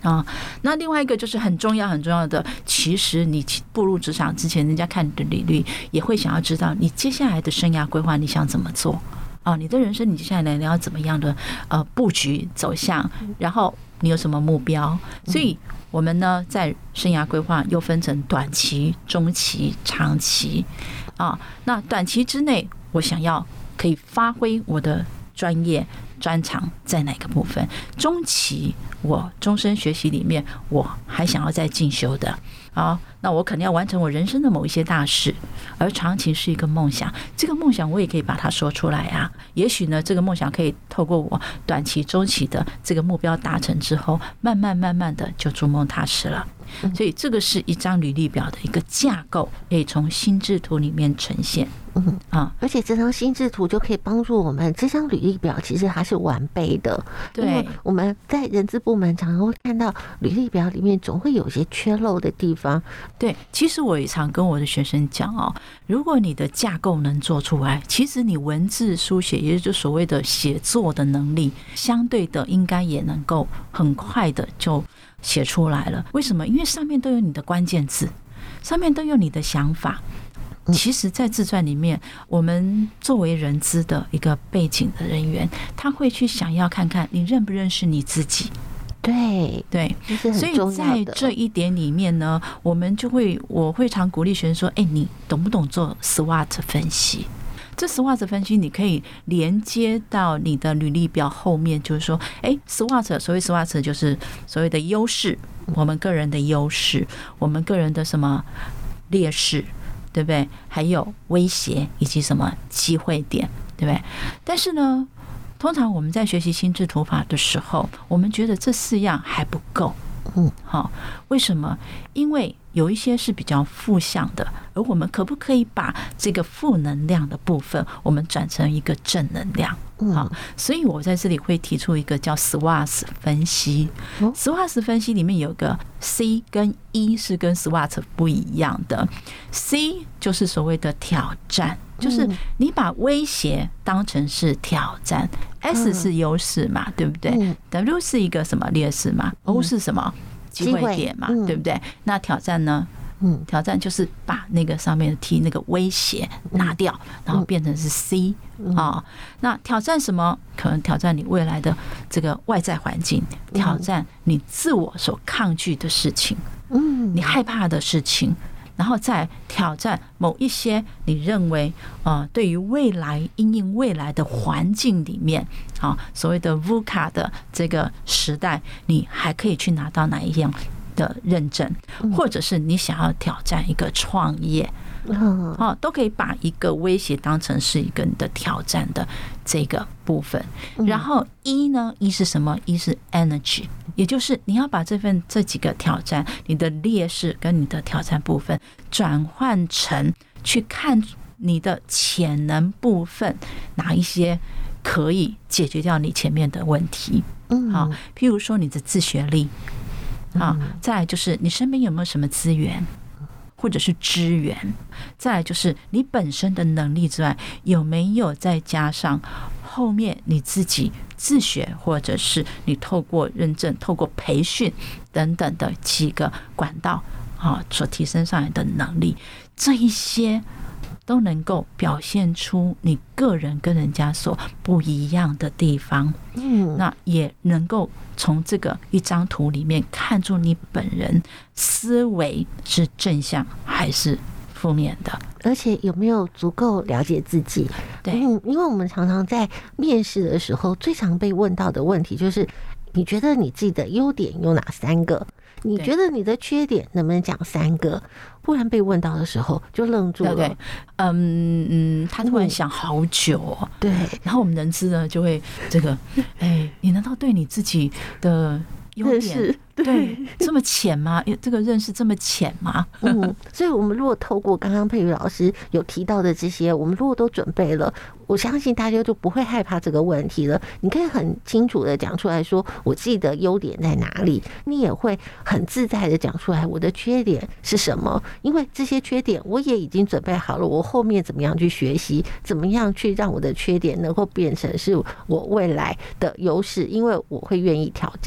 那另外一个就是很重要的，其实你步入职场之前，人家看你的履历也会想要知道你接下来的生涯规划你想怎么做你的人生你接下来你要怎么样的布局走向，然后你有什么目标。所以我们呢在生涯规划又分成短期、中期、长期那短期之内我想要可以发挥我的专业专长在哪个部分，中期我终身学习里面我还想要再进修的那我可能要完成我人生的某一些大事，而长期是一个梦想，这个梦想我也可以把它说出来也许呢这个梦想可以透过我短期中期的这个目标达成之后，慢慢的就逐梦踏实了。所以这个是一张履历表的一个架构，可以从心智图里面呈现而且这张心智图就可以帮助我们，这张履历表其实它是完备的。 对， 因为我们在人资部门常常会看到履历表里面总会有些缺漏的地方。 对，其实我也常跟我的学生讲如果你的架构能做出来，其实你文字书写，也就是所谓的写作的能力，相对的应该也能够很快的就写出来了。为什么？因为上面都有你的关键字，上面都有你的想法。其实在自传里面，我们作为人资的一个背景的人员，他会去想要看看你认不认识你自己。对，所以在这一点里面呢，我会常鼓励学生说，你懂不懂做 SWOT 分析？这 SWOT 分析你可以连接到你的履历表后面，就是说SWOT 所谓 SWOT 就是所谓的优势，我们个人的优势，我们个人的什么劣势，对不对？还有威胁以及什么机会点，对不对？但是呢，通常我们在学习心智图法的时候，我们觉得这4样还不够。为什么？因为有一些是比较负向的，而我们可不可以把这个负能量的部分，我们转成一个正能量？所以我在这里会提出一个叫 SWOT 分析。SWOT 分析里面有个 C 跟 E 是跟 SWOT 不一样的。C 就是所谓的挑战，就是你把威胁当成是挑战。S 是优势嘛，对不对？W 是一个什么劣势嘛？O 是什么机会点嘛，对不对？那挑战呢？挑战就是把那个上面的 T 那个威胁拿掉，然后变成是 C 那挑战什么？可能挑战你未来的这个外在环境，挑战你自我所抗拒的事情，你害怕的事情。然后再挑战某一些你认为对于未来因应未来的环境里面所谓的 VUCA 的这个时代，你还可以去拿到哪一样的认证，或者是你想要挑战一个创业都可以把一个威胁当成是一个你的挑战的这个部分。然后E 呢？ E 是什么？ E 是 energy， 也就是你要把这几个挑战，你的劣势跟你的挑战部分转换成去看你的潜能部分，哪一些可以解决掉你前面的问题。譬如说你的自学力再来就是你身边有没有什么资源或者是支援，再来就是你本身的能力之外，有没有再加上后面你自己自学，或者是你透过认证、透过培训等等的几个管道所提升上来的能力，这一些都能够表现出你个人跟人家所不一样的地方。那也能够从这个一张图里面看出你本人思维是正向还是负面的， 而且有没有足够了解自己。 对， 因为我们常常在面试的时候，最常被问到的问题就是，你觉得你自己的优点有哪3个？你觉得你的缺点能不能讲3个？不然被问到的时候就愣住了。 对，他突然想好久对， 然后我们人资呢就会这个，你难道对你自己的优点对这么浅吗？这个认识这么浅吗？ 所以我们如果透过刚刚佩瑜老师有提到的这些，我们如果都准备了，我相信大家就不会害怕这个问题了。你可以很清楚的讲出来说我自己的优点在哪里，你也会很自在的讲出来我的缺点是什么，因为这些缺点我也已经准备好了，我后面怎么样去学习，怎么样去让我的缺点能够变成是我未来的优势，因为我会愿意挑战。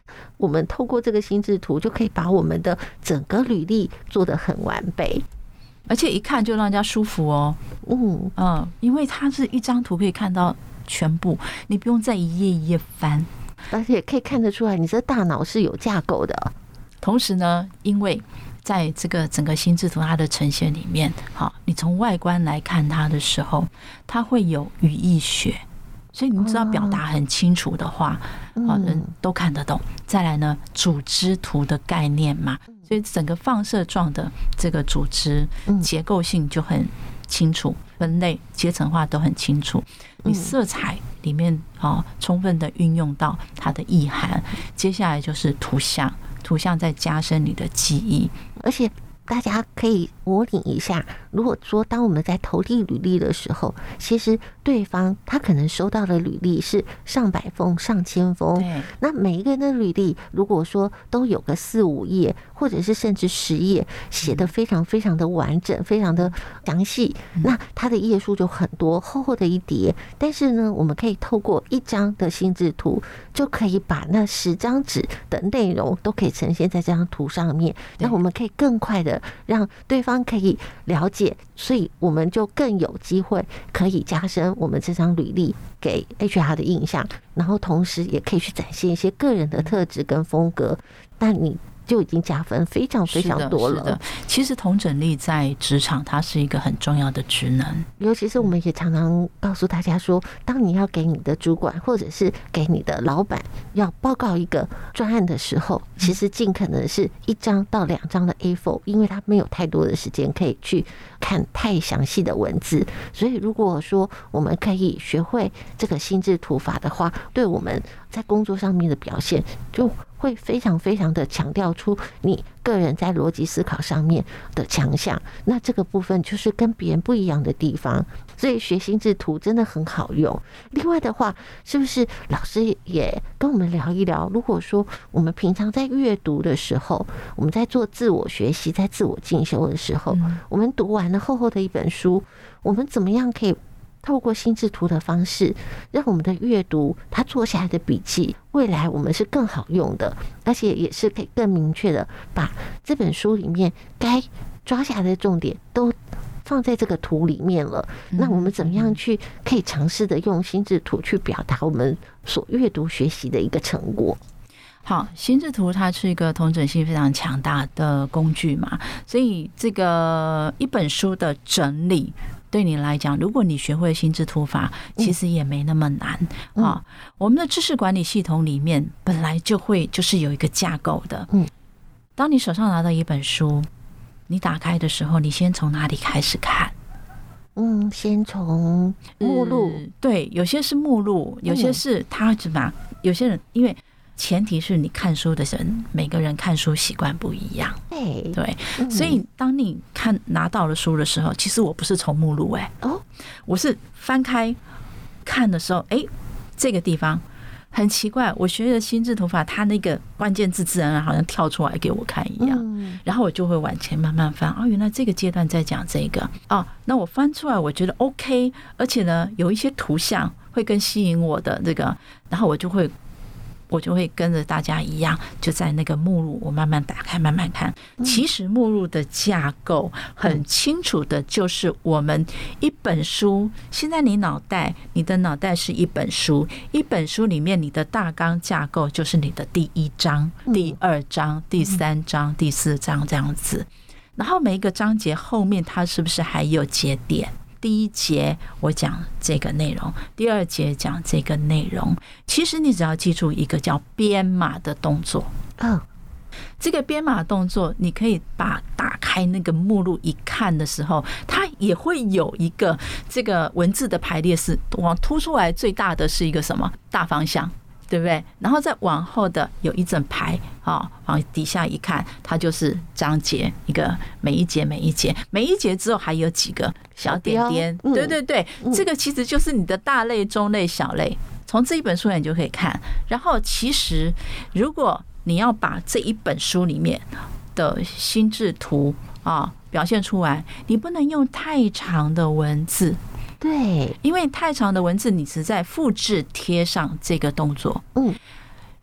我们透过这个心智图就可以把我们的整个履历做得很完备， 而且一看就让人家舒服哦。因为它是一张图可以看到全部，你不用再一页一页翻， 而且可以看得出来你这大脑是有架构的。 同时呢，因为在这个整个心智图它的呈现里面，好，你从外观来看它的时候，它会有语义学，所以你只要表达很清楚的话，人都看得懂。再来呢，组织图的概念嘛，所以整个放射状的这个组织结构性就很清楚，分类阶层化都很清楚。你色彩里面充分的运用到它的意涵，接下来就是图像，图像再加深你的记忆， 而且大家可以模拟一下，如果说当我们在投递履历的时候，其实对方他可能收到的履历是上百封、上千封，那每一个人的履历如果说都有个4、5页，或者是甚至10页，写得非常非常的完整，非常的详细，那它的页数就很多，厚厚的一叠。但是呢，我们可以透过一张的心智图，就可以把那10张纸的内容都可以呈现在这张图上面，那我们可以更快的让对方可以了解，所以我们就更有机会可以加深我们这张履历给 HR 的印象，然后同时也可以去展现一些个人的特质跟风格，那你就已经加分非常非常多了。 是的，其实统整力在职场它是一个很重要的职能， 尤其是我们也常常告诉大家说，当你要给你的主管或者是给你的老板要报告一个专案的时候，其实尽可能是1张到2张的 A4， 因为他没有太多的时间可以去看太详细的文字，所以如果说我们可以学会这个心智图法的话，对我们在工作上面的表现就会非常非常的强调出你个人在逻辑思考上面的强项，那这个部分就是跟别人不一样的地方，所以学心智图真的很好用。另外的话，是不是老师也跟我们聊一聊，如果说我们平常在阅读的时候，我们在做自我学习、在自我进修的时候，我们读完了厚厚的一本书，我们怎么样可以透过心智图的方式，让我们的阅读，他做下来的笔记，未来我们是更好用的，而且也是可以更明确的把这本书里面该抓下来的重点都放在这个图里面了。那我们怎么样去可以尝试的用心智图去表达我们所阅读学习的一个成果？ 好，心智图它是一个统整性非常强大的工具嘛，所以这个一本书的整理对你来讲，如果你学会心智图法，其实也没那么难啊。我们的知识管理系统里面本来就是有一个架构的。当你手上拿到一本书，你打开的时候，你先从哪里开始看？ 先从目录。 对，有些是目录，有些是他怎么？有些人因为前提是你看书的人，每个人看书习惯不一样。对，所以当你拿到了书的时候，其实我不是从目录我是翻开看的时候，这个地方很奇怪，我学的心智图法，它那个关键字自然好像跳出来给我看一样，然后我就会往前慢慢翻，原来这个阶段在讲这个那我翻出来我觉得 OK， 而且呢有一些图像会更吸引我的这个，然后我就会跟着大家一样，就在那个目录我慢慢打开慢慢看。其实目录的架构很清楚的，就是我们一本书，现在你的脑袋是一本书，一本书里面你的大纲架构就是你的第1章、第2章、第3章、第4章这样子，然后每一个章节后面它是不是还有节点？第1节我讲这个内容，第2节讲这个内容。其实你只要记住一个叫编码的动作。这个编码动作，你可以打开那个目录一看的时候，它也会有一个这个文字的排列是往凸出来，最大的是一个什么大方向，对不对？然后再往后的有一整排往底下一看，它就是章节，一个每一节之后还有几个小点点，对对对，这个其实就是你的大类、中类、小类。从这一本书你就可以看。然后其实如果你要把这一本书里面的心智图表现出来，你不能用太长的文字。对，因为太长的文字你只在复制贴上这个动作。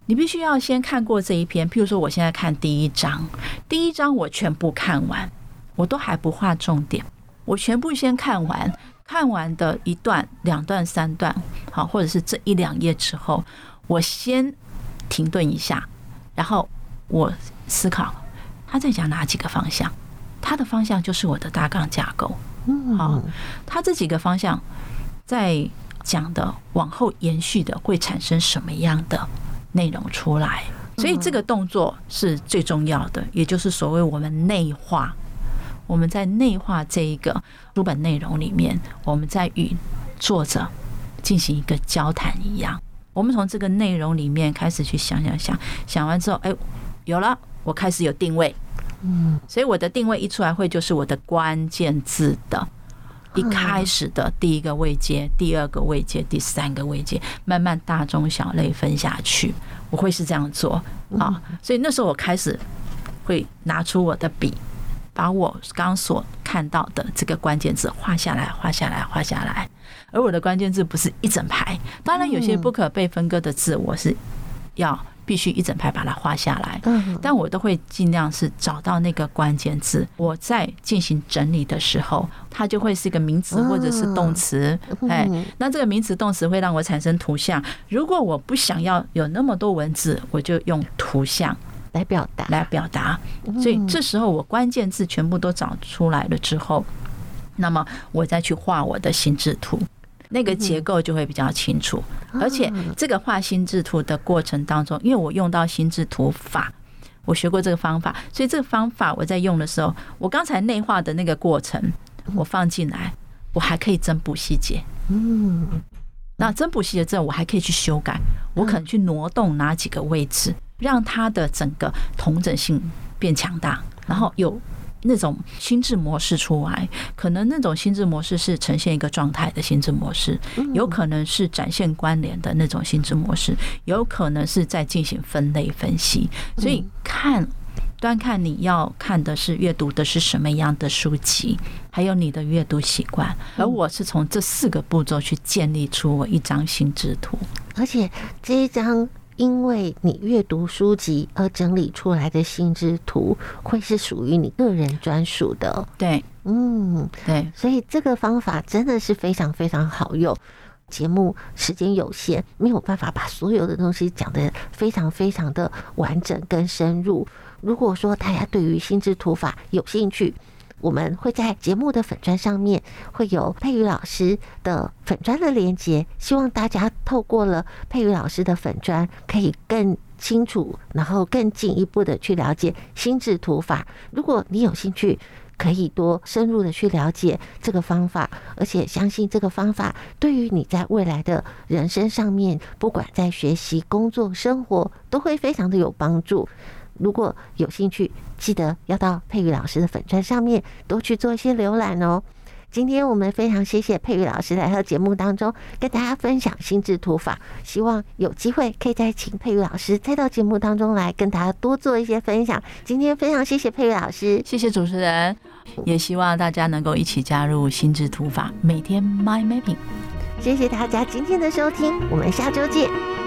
你必须要先看过这一篇，譬如说我现在看第一章我全部看完，我都还不画重点，我全部先看完的1段、2段、3段，好，或者是这1、2页之后，我先停顿一下，然后我思考他在讲哪几个方向，他的方向就是我的大纲架构。好，他这几个方向在讲的往后延续的会产生什么样的内容出来，所以这个动作是最重要的，也就是所谓我们内化。我们在内化这一个书本内容里面，我们在与作者进行一个交谈一样。我们从这个内容里面开始去想完之后，有了，我开始有定位。所以我的定位一出来会就是我的关键字的一开始的第1个位阶、第2个位阶、第3个位阶，慢慢大中小类分下去，我会是这样做啊。所以那时候我开始会拿出我的笔，把我刚刚所看到的这个关键字画下来。而我的关键字不是一整排，当然有些不可被分割的字，我是要必须一整排把它画下来，但我都会尽量是找到那个关键字，我在进行整理的时候，它就会是一个名词或者是动词。那这个名词动词会让我产生图像，如果我不想要有那么多文字，我就用图像来表达。所以这时候我关键字全部都找出来了之后，那么我再去画我的心智图，那个结构就会比较清楚。而且这个画心智图的过程当中，因为我用到心智图法，我学过这个方法，所以这个方法我在用的时候，我刚才内化的那个过程我放进来，我还可以增补细节。那增补细节之后，我还可以去修改，我可能去挪动哪几个位置，让它的整个统整性变强大，然后有那种心智模式出来。可能那种心智模式是呈现一个状态的心智模式，有可能是展现关联的那种心智模式，有可能是在进行分类分析。所以端看你要看的是阅读的是什么样的书籍，还有你的阅读习惯。而我是从这4个步骤去建立出我一张心智图， 而且这一张因为你阅读书籍而整理出来的心智图会是属于你个人专属的。 对，对， 所以这个方法真的是非常非常好用。节目时间有限，没有办法把所有的东西讲得非常非常的完整跟深入。如果说大家对于心智图法有兴趣，我们会在节目的粉专上面会有佩瑜老师的粉专的连结，希望大家透过了佩瑜老师的粉专，可以更清楚，然后更进一步的去了解心智图法。如果你有兴趣，可以多深入的去了解这个方法，而且相信这个方法对于你在未来的人生上面，不管在学习、工作、生活，都会非常的有帮助。如果有兴趣，记得要到佩瑜老师的粉专上面多去做一些浏览哦。今天我们非常谢谢佩瑜老师来到节目当中跟大家分享心智图法，希望有机会可以再请佩瑜老师再到节目当中来跟大家多做一些分享。今天非常谢谢佩瑜老师， 谢谢主持人，也希望大家能够一起加入心智图法，每天 mind mapping。 谢谢大家今天的收听，我们下周见。